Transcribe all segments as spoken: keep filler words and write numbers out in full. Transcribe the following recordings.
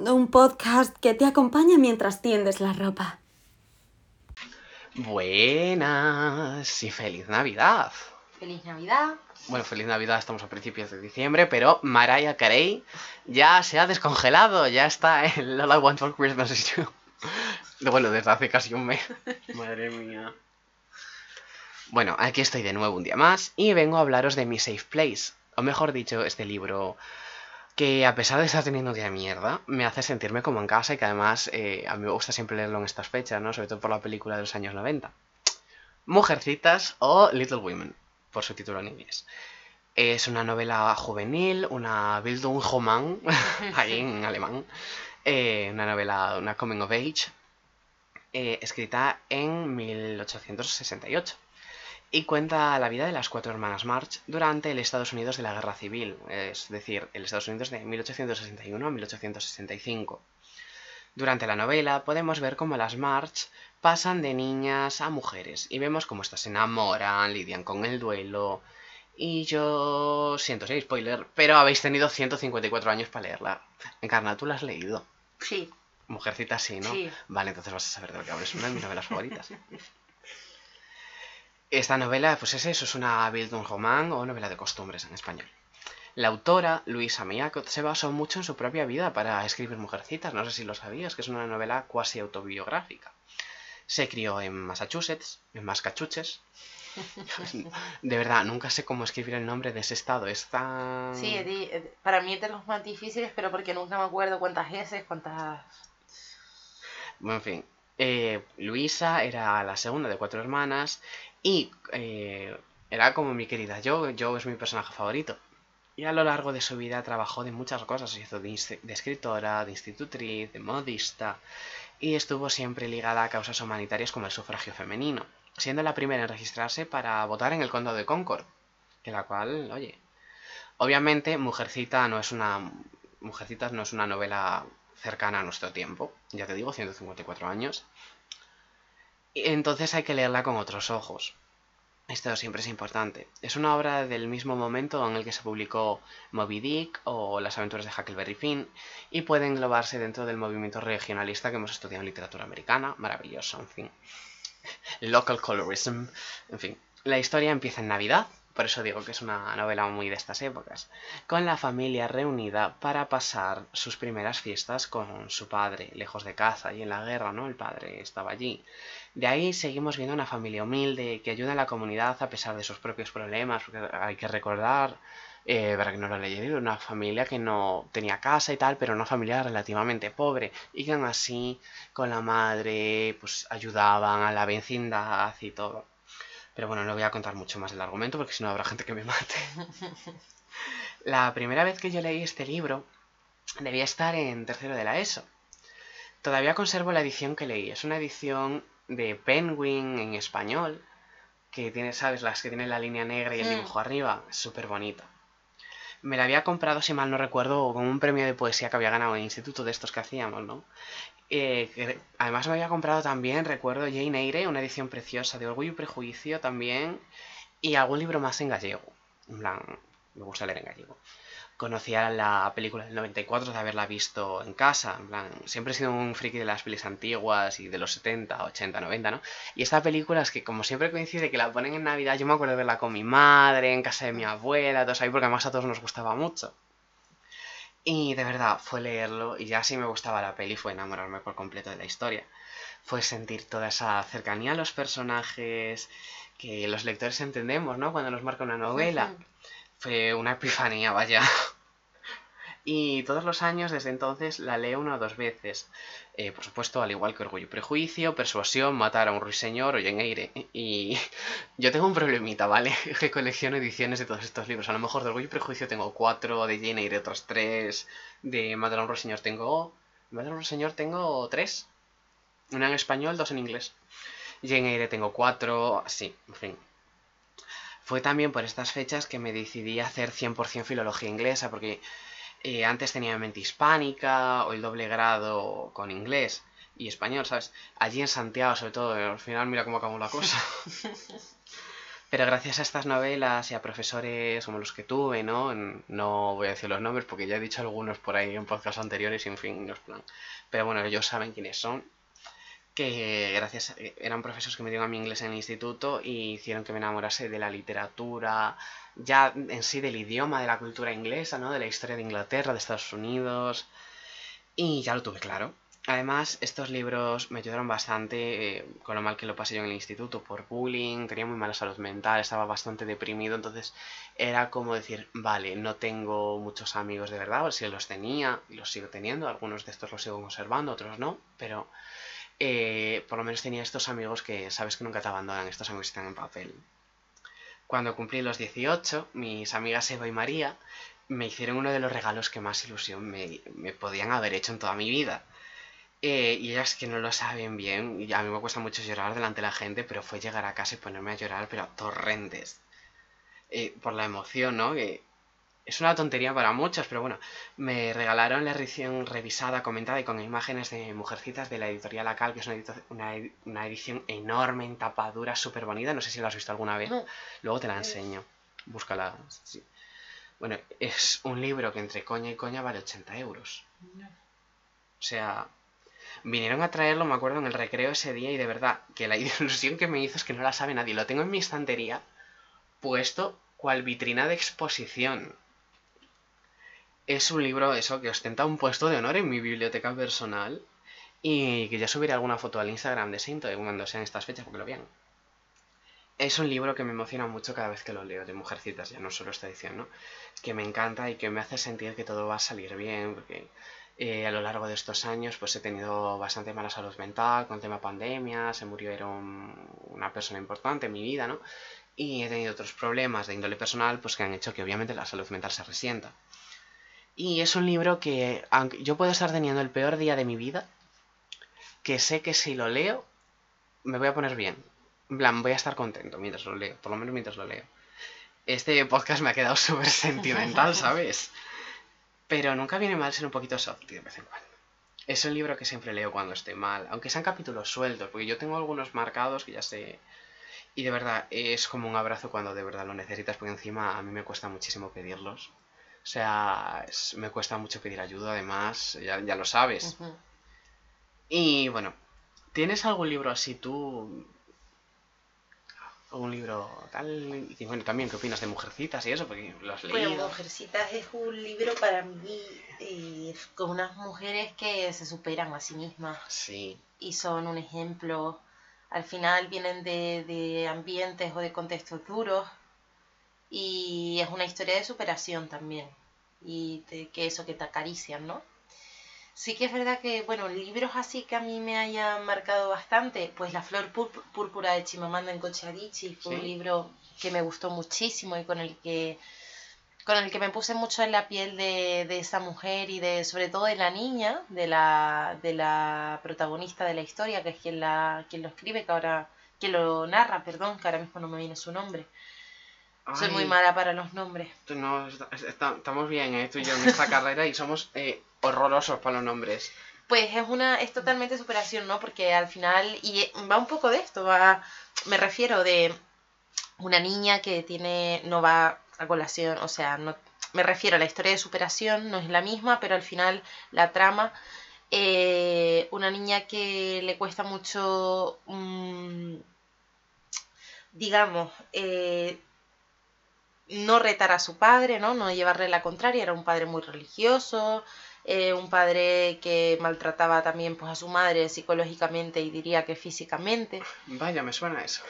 un podcast que te acompaña mientras tiendes la ropa. Buenas y feliz Navidad. Feliz Navidad. Bueno, feliz Navidad, estamos a principios de diciembre, pero Mariah Carey ya se ha descongelado, ya está en All I Want for Christmas is You. Bueno, desde hace casi un mes. Madre mía. Bueno, aquí estoy de nuevo un día más y vengo a hablaros de mi Safe Place, o mejor dicho, este libro que a pesar de estar teniendo un día de mierda, me hace sentirme como en casa y que además eh, a mí me gusta siempre leerlo en estas fechas, ¿no? Sobre todo por la película de los años noventa. Mujercitas o Little Women, por su título en inglés. Es una novela juvenil, una Bildungsroman, ahí en alemán, eh, una novela, una coming of age, eh, escrita en mil ochocientos sesenta y ocho. Y cuenta la vida de las cuatro hermanas March durante el Estados Unidos de la Guerra Civil, es decir, el Estados Unidos de mil ochocientos sesenta y uno a mil ochocientos sesenta y cinco. Durante la novela podemos ver cómo las March pasan de niñas a mujeres y vemos cómo éstas se enamoran, lidian con el duelo. Y yo siento ser spoiler, pero habéis tenido ciento cincuenta y cuatro años para leerla. Encarna, ¿tú la has leído? Sí. Mujercita sí, ¿no? Sí. Vale, entonces vas a saber de lo que hablo. Es una de mis novelas favoritas. Esta novela, pues es eso, es una Bildungsroman o novela de costumbres en español. La autora, Louisa May Alcott, se basó mucho en su propia vida para escribir Mujercitas. No sé si lo sabías, que es una novela cuasi autobiográfica. Se crió en Massachusetts, en Massachusetts. De verdad, nunca sé cómo escribir el nombre de ese estado. Es tan... Sí, di- para mí es de los más difíciles, pero porque nunca me acuerdo cuántas veces, cuántas... Bueno, en fin. Eh, Luisa era la segunda de cuatro hermanas y eh, era como mi querida Jo. Jo es mi personaje favorito. Y a lo largo de su vida trabajó de muchas cosas. Se hizo de, inst- de escritora, de institutriz, de modista y estuvo siempre ligada a causas humanitarias como el sufragio femenino, siendo la primera en registrarse para votar en el Condado de Concord, que la cual, oye, obviamente Mujercita no es una Mujercitas no es una novela cercana a nuestro tiempo, ya te digo, ciento cincuenta y cuatro años, entonces hay que leerla con otros ojos. Esto siempre es importante. Es una obra del mismo momento en el que se publicó Moby Dick o Las aventuras de Huckleberry Finn y puede englobarse dentro del movimiento regionalista que hemos estudiado en literatura americana. Maravilloso, en fin. Local colorism. En fin. La historia empieza en Navidad, por eso digo que es una novela muy de estas épocas, con la familia reunida para pasar sus primeras fiestas con su padre, lejos de casa y en la guerra, ¿no? El padre estaba allí. De ahí seguimos viendo una familia humilde que ayuda a la comunidad a pesar de sus propios problemas, porque hay que recordar, eh, para que no lo haya leído, una familia que no tenía casa y tal, pero una familia relativamente pobre, y que aún así con la madre pues ayudaban a la vecindad y todo. Pero bueno, no voy a contar mucho más del argumento porque si no habrá gente que me mate. La primera vez que yo leí este libro debía estar en tercero de la ESO. Todavía conservo la edición que leí. Es una edición de Penguin en español, que tiene, ¿sabes? Las que tienen la línea negra y el dibujo arriba. Es súper bonita. Me la había comprado, si mal no recuerdo, con un premio de poesía que había ganado en el instituto de estos que hacíamos, ¿no? Eh, que además me había comprado también, recuerdo, Jane Eyre, una edición preciosa de Orgullo y Prejuicio también, y algún libro más en gallego. En plan, me gusta leer en gallego. Conocía la película del noventa y cuatro de haberla visto en casa, en plan, siempre he sido un friki de las pelis antiguas y de los setenta, ochenta, noventa, ¿no? Y esta película es que como siempre coincide que la ponen en Navidad, yo me acuerdo de verla con mi madre, en casa de mi abuela, todos ahí, porque además a todos nos gustaba mucho. Y de verdad, fue leerlo y ya si me gustaba la peli fue enamorarme por completo de la historia. Fue sentir toda esa cercanía a los personajes que los lectores entendemos, ¿no? Cuando nos marca una novela. Fue una epifanía, vaya. Y todos los años desde entonces la leo una o dos veces. Eh, por supuesto, al igual que Orgullo y Prejuicio, Persuasión, Matar a un ruiseñor o Jane Eyre. Y yo tengo un problemita, ¿vale? Que colecciono ediciones de todos estos libros. A lo mejor de Orgullo y Prejuicio tengo cuatro, de Jane Eyre otros tres, de Matar a un ruiseñor tengo... Matar a un ruiseñor tengo tres. Una en español, dos en inglés. Jane Eyre tengo cuatro, así, en fin. Fue también por estas fechas que me decidí a hacer cien por ciento filología inglesa, porque eh, antes tenía mente hispánica o el doble grado con inglés y español, ¿sabes? Allí en Santiago, sobre todo, al final mira cómo acabó la cosa. Pero gracias a estas novelas y a profesores como los que tuve, ¿no? En- no voy a decir los nombres porque ya he dicho algunos por ahí en podcasts anteriores y en fin, no es plan. Pero bueno, ellos saben quiénes son. Que gracias a- eran profesores que me dieron a mi inglés en el instituto y hicieron que me enamorase de la literatura, ya en sí del idioma, de la cultura inglesa, ¿no? De la historia de Inglaterra, de Estados Unidos. Y ya lo tuve claro. Además, estos libros me ayudaron bastante eh, con lo mal que lo pasé yo en el instituto por bullying, tenía muy mala salud mental, estaba bastante deprimido, entonces era como decir, vale, no tengo muchos amigos de verdad, o si los tenía y los sigo teniendo, algunos de estos los sigo conservando, otros no, pero eh, por lo menos tenía estos amigos que sabes que nunca te abandonan, estos amigos que están en papel. Cuando cumplí los dieciocho, mis amigas Eva y María me hicieron uno de los regalos que más ilusión me, me podían haber hecho en toda mi vida. Eh, y ellas que no lo saben bien, y a mí me cuesta mucho llorar delante de la gente, pero fue llegar a casa y ponerme a llorar, pero a torrentes. Eh, por la emoción, ¿no? Que es una tontería para muchos, pero bueno, me regalaron la edición revisada, comentada y con imágenes de Mujercitas de la editorial Acal, que es una, edito- una, ed- una edición enorme en tapadura, súper bonita, no sé si la has visto alguna vez, No. luego te la enseño, búscala. Sí. Bueno, es un libro que entre coña y coña vale ochenta euros. No. O sea, vinieron a traerlo, me acuerdo, en el recreo ese día y de verdad que la ilusión que me hizo es que no la sabe nadie. Lo tengo en mi estantería puesto cual vitrina de exposición. Es un libro, eso, que ostenta un puesto de honor en mi biblioteca personal y que ya subiré alguna foto al Instagram de Sinto cuando sean estas fechas porque lo vean. Es un libro que me emociona mucho cada vez que lo leo, de Mujercitas, ya no solo esta edición, ¿no? Que me encanta y que me hace sentir que todo va a salir bien, porque eh, a lo largo de estos años pues he tenido bastante mala salud mental, con tema pandemia, se murió, era un- una persona importante en mi vida, ¿no? Y he tenido otros problemas de índole personal pues que han hecho que obviamente la salud mental se resienta. Y es un libro que, aunque yo puedo estar teniendo el peor día de mi vida, que sé que si lo leo me voy a poner bien. En plan, voy a estar contento mientras lo leo, por lo menos mientras lo leo. Este podcast me ha quedado súper sentimental, ¿sabes? Pero nunca viene mal ser un poquito softy de vez en cuando. Es un libro que siempre leo cuando estoy mal, aunque sean capítulos sueltos, porque yo tengo algunos marcados que ya sé. Y de verdad, es como un abrazo cuando de verdad lo necesitas, porque encima a mí me cuesta muchísimo pedirlos. O sea, es- me cuesta mucho pedir ayuda, además, ya, ya lo sabes. Ujú. Y bueno, ¿tienes algún libro así tú? ¿Algún libro tal? Y bueno, también, ¿qué opinas de Mujercitas y eso? Porque lo has Bueno, leído. Mujercitas es un libro para mí eh, con unas mujeres que se superan a sí mismas Sí. y son un ejemplo. Al final vienen de, de ambientes o de contextos duros y es una historia de superación también y de que eso que te acarician, ¿no? Sí que es verdad que, bueno, libros así que a mí me hayan marcado bastante, pues La flor púr- púrpura de Chimamanda Ngozi Adichie fue un ¿Sí? libro que me gustó muchísimo y con el que con el que me puse mucho en la piel de, de esa mujer y de sobre todo de la niña, de la, de la protagonista de la historia, que es quien la quien lo escribe, que ahora quien lo narra, perdón, que ahora mismo no me viene su nombre. Soy muy Ay, mala para los nombres. tú no, está- está- estamos bien, ¿eh? Tú y yo en esta carrera y somos eh, horrorosos para los nombres. Pues es una es totalmente superación, ¿no? Porque al final y va un poco de esto, va me refiero de una niña que tiene no va a colación, o sea, no me refiero a la historia de superación, no es la misma, pero al final la trama eh, una niña que le cuesta mucho, mm, digamos, eh, no retar a su padre, ¿no? No llevarle la contraria, era un padre muy religioso, eh, un padre que maltrataba también pues, a su madre psicológicamente y diría que físicamente. Vaya, me suena eso.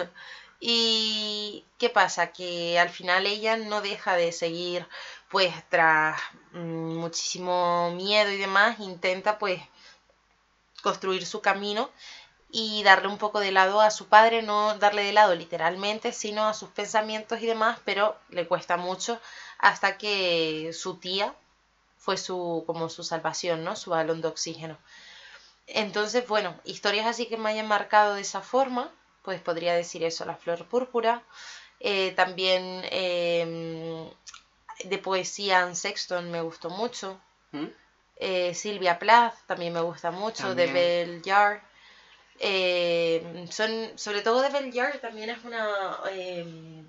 ¿Y qué pasa? Que al final ella no deja de seguir, pues tras mm, muchísimo miedo y demás, intenta pues construir su camino y darle un poco de lado a su padre, no darle de lado literalmente, sino a sus pensamientos y demás, pero le cuesta mucho hasta que su tía fue su como su salvación, ¿no? Su balón de oxígeno. Entonces, bueno, historias así que me hayan marcado de esa forma, pues podría decir eso, La flor púrpura. Eh, también eh, de poesía Anne Sexton me gustó mucho. ¿Mm? Eh, Silvia Plath también me gusta mucho, de También. Bell Jar. Eh, son, sobre todo de Bellear, también es una, eh,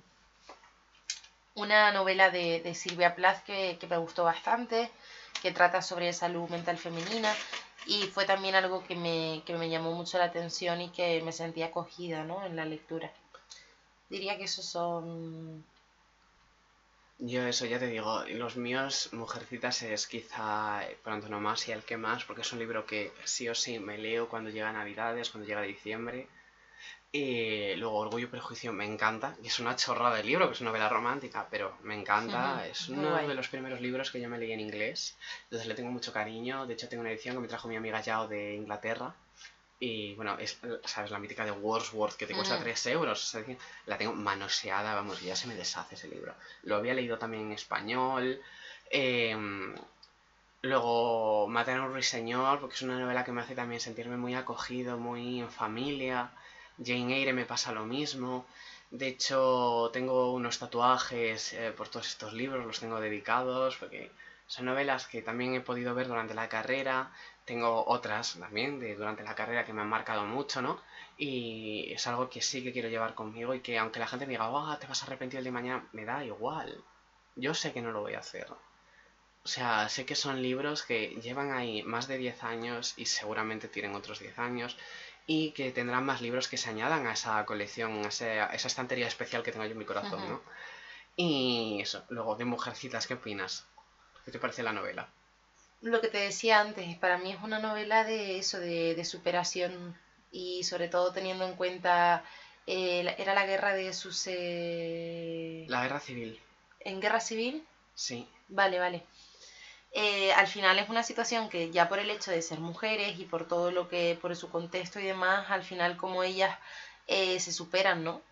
una novela de, de Silvia Plath que, que me gustó bastante, que trata sobre salud mental femenina y fue también algo que me, que me llamó mucho la atención y que me sentí acogida, ¿no?, en la lectura. Diría que esos son... Yo eso ya te digo, los míos, Mujercitas es quizá eh, por antonomasia el que más, porque es un libro que sí o sí me leo cuando llega Navidades, cuando llega diciembre. Y luego Orgullo y Prejuicio me encanta, y es una chorrada de libro, que es una novela romántica, pero me encanta. Es Muy uno de guay. los primeros libros que yo me leí en inglés, entonces le tengo mucho cariño. De hecho tengo una edición que me trajo mi amiga Yao de Inglaterra. Y bueno, es, ¿sabes? La mítica de Wordsworth que te cuesta Mm, tres euros. O sea, la tengo manoseada, vamos, y ya se me deshace ese libro. Lo había leído también en español. eh, Luego Matar a un ruiseñor, porque es una novela que me hace también sentirme muy acogido, muy en familia. Jane Eyre me pasa lo mismo. De hecho, tengo unos tatuajes eh, por todos estos libros, los tengo dedicados, porque son novelas que también he podido ver durante la carrera. Tengo otras también de durante la carrera que me han marcado mucho, ¿no? Y es algo que sí que quiero llevar conmigo y que aunque la gente me diga, oh, te vas a arrepentir el día de mañana, me da igual. Yo sé que no lo voy a hacer. O sea, sé que son libros que llevan ahí más de diez años y seguramente tienen otros diez años y que tendrán más libros que se añadan a esa colección, a, ese- a esa estantería especial que tengo yo en mi corazón, ujú. ¿no? Y eso, luego de Mujercitas, ¿qué opinas? ¿Qué te parece la novela? Lo que te decía antes, para mí es una novela de eso, de, de superación y sobre todo teniendo en cuenta, eh, la- era la guerra de sus... eh, La guerra civil, ¿En guerra civil? sí. Vale, vale. Eh, al final es una situación que ya por el hecho de ser mujeres y por todo lo que, por su contexto y demás, al final como ellas eh, se superan, ¿no?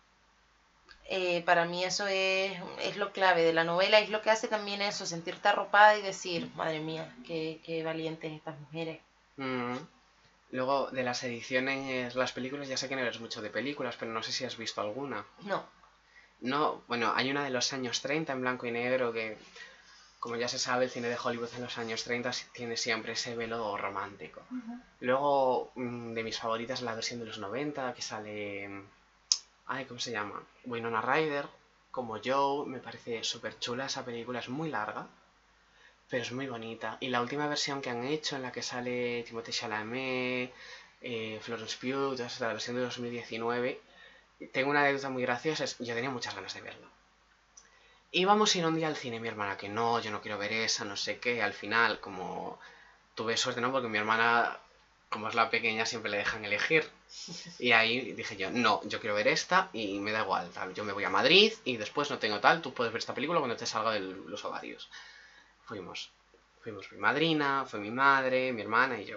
Eh, para mí eso es, es lo clave de la novela, es lo que hace también eso, sentirte arropada y decir, madre mía, qué, qué valientes estas mujeres. Mm. Luego, de las ediciones, las películas, ya sé que no eres mucho de películas, pero no sé si has visto alguna. No. No, bueno, hay una de los años treinta en blanco y negro que, como ya se sabe, el cine de Hollywood en los años treinta tiene siempre ese velo romántico. Ujú. Luego, mm, de mis favoritas, la versión de los noventa, que sale... mm, Ay, ¿cómo se llama? Winona Ryder, como Joe, me parece súper chula esa película, es muy larga, pero es muy bonita. Y la última versión que han hecho, en la que sale Timothée Chalamet, eh, Florence Pugh, toda esa, la versión de dos mil diecinueve, tengo una anécdota muy graciosa, es- yo tenía muchas ganas de verla. Íbamos a ir un día al cine, mi hermana, que no, yo no quiero ver esa, no sé qué, al final, como tuve suerte, ¿no? Porque mi hermana, como es la pequeña, siempre le dejan elegir. Y ahí dije yo, no, yo quiero ver esta y me da igual, tal. Yo me voy a Madrid y después no tengo tal, tú puedes ver esta película cuando te salga de los ovarios. Fuimos. Fuimos mi madrina, fue mi madre, mi hermana y yo.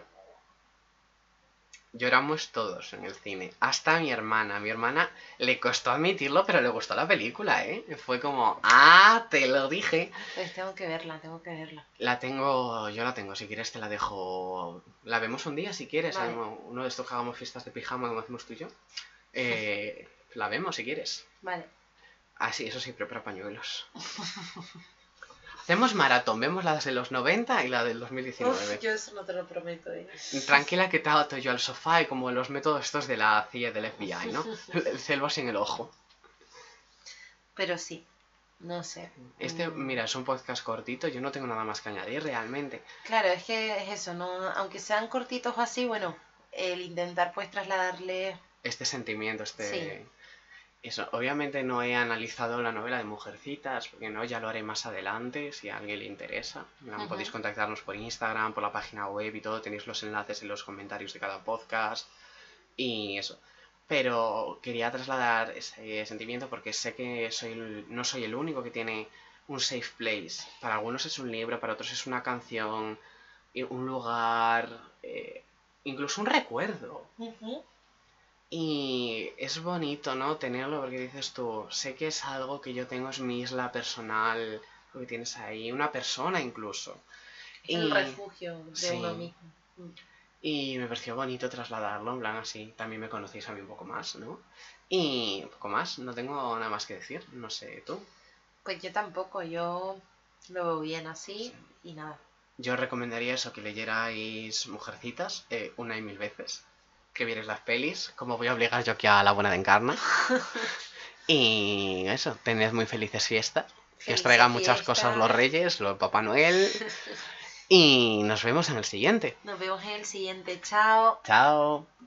Lloramos todos en el cine, hasta mi hermana. A mi hermana le costó admitirlo, pero le gustó la película, ¿eh? Fue como, ah, te lo dije. Pues tengo que verla, tengo que verla. La tengo, yo la tengo, si quieres te la dejo. La vemos un día, si quieres. Vale. Uno de estos que hagamos fiestas de pijama como hacemos tú y yo. Eh, la vemos si quieres. Vale. Ah, sí, eso sí, prepara pañuelos. Hacemos maratón, vemos las de los noventa y la del dos mil diecinueve. Uf, yo eso no te lo prometo, ¿eh? Tranquila que te ato yo al sofá y como los métodos estos de la C I A y del F B I, ¿no? El celo así en el ojo. Pero sí, no sé. Este, Mm, mira, es un podcast cortito, yo no tengo nada más que añadir realmente. Claro, es que es eso, ¿no? Aunque sean cortitos o así, bueno, el intentar pues trasladarle... Este sentimiento, Sí. este... Eso, obviamente no he analizado la novela de Mujercitas, porque no, ya lo haré más adelante, si a alguien le interesa. Ujú. Podéis contactarnos por Instagram, por la página web y todo, tenéis los enlaces en los comentarios de cada podcast y eso. Pero quería trasladar ese sentimiento porque sé que soy el- no soy el único que tiene un safe place. Para algunos es un libro, para otros es una canción, y un lugar, eh, incluso un recuerdo. Ujú. Y es bonito, ¿no? Tenerlo porque dices tú, sé que es algo que yo tengo, es mi isla personal, lo que tienes ahí, una persona incluso. Es el Y refugio de sí, uno mismo. Mm. y me pareció bonito trasladarlo, en plan así, también me conocéis a mí un poco más, ¿no? Y poco más, no tengo nada más que decir, no sé, tú. Pues yo tampoco, yo lo veo bien Sí. así y nada. Yo recomendaría eso, que leyerais Mujercitas eh, una y mil veces. que vierais las pelis, como voy a obligar yo aquí a la buena de Encarna. Y eso, tened muy felices fiestas. Que os Felices traigan muchas fiestas. cosas los reyes, lo de Papá Noel. Y nos vemos en el siguiente. Nos vemos en el siguiente. Chao. Chao.